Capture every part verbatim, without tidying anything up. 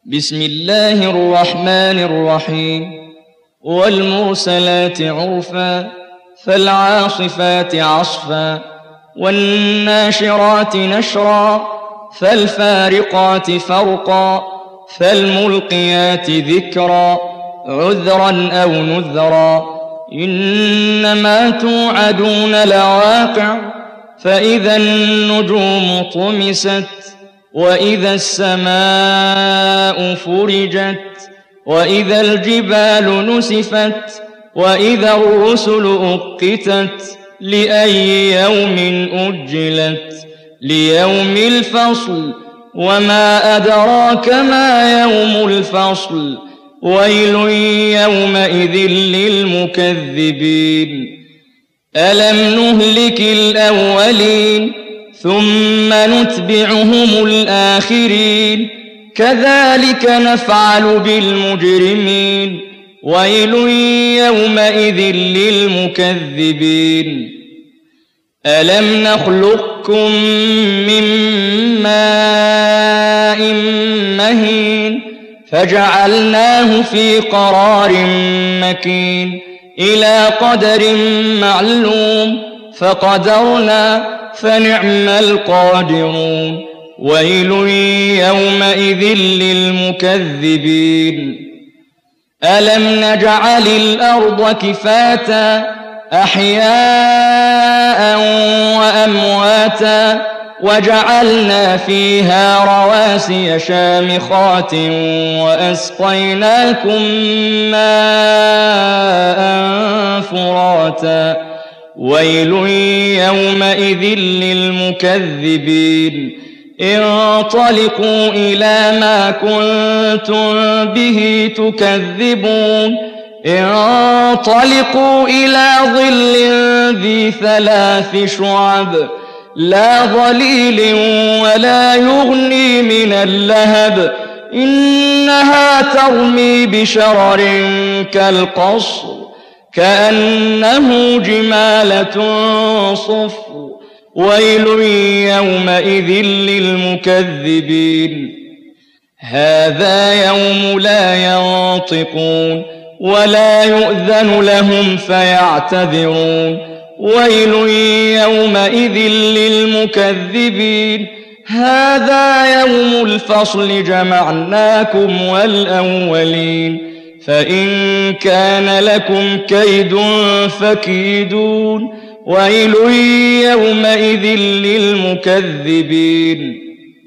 بسم الله الرحمن الرحيم والمرسلات عرفا فالعاصفات عصفا والناشرات نشرا فالفارقات فرقا فالملقيات ذكرا عذرا أو نذرا إنما توعدون لواقع فإذا النجوم طمست وإذا السماء فرجت وإذا الجبال نسفت وإذا الرسل أقتت لأي يوم أجلت ليوم الفصل وما أدراك ما يوم الفصل ويل يومئذ للمكذبين ألم نهلك الأولين ثم نتبعهم الآخرين كذلك نفعل بالمجرمين ويل يومئذ للمكذبين ألم نخلقكم من ماء مهين فجعلناه في قرار مكين إلى قدر معلوم فقدرنا فنعم القادرون ويل يومئذ للمكذبين ألم نجعل الأرض كفاتا أحياء وأمواتا وجعلنا فيها رواسي شامخات وأسقيناكم ماء فراتا ويل يومئذ للمكذبين انطلقوا إلى ما كنتم به تكذبون انطلقوا إلى ظل ذي ثلاث شعب لا ظليل ولا يغني من اللهب إنها ترمي بشرر كالقصر كأنه جمالة صفر ويل يومئذ للمكذبين هذا يوم لا ينطقون ولا يؤذن لهم فيعتذرون ويل يومئذ للمكذبين هذا يوم الفصل جمعناكم والأولين فإن كان لكم كيد فكيدون ويل يومئذ للمكذبين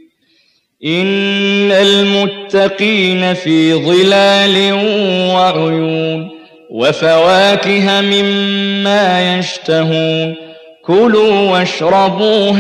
إن المتقين في ظلال وعيون وفواكه مما يشتهون كلوا واشربوا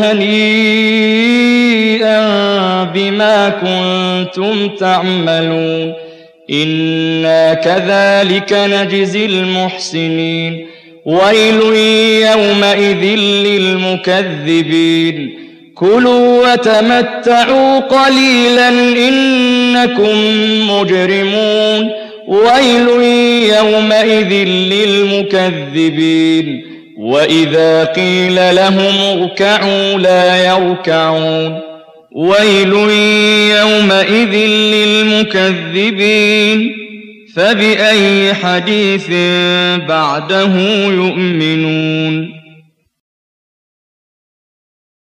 هنيئا بما كنتم تعملون إنا كذلك نجزي المحسنين ويل يومئذ للمكذبين كلوا وتمتعوا قليلا إنكم مجرمون ويل يومئذ للمكذبين وإذا قيل لهم اركعوا لا يركعون ويل يومئذ للمكذبين فبأي حديث بعده يؤمنون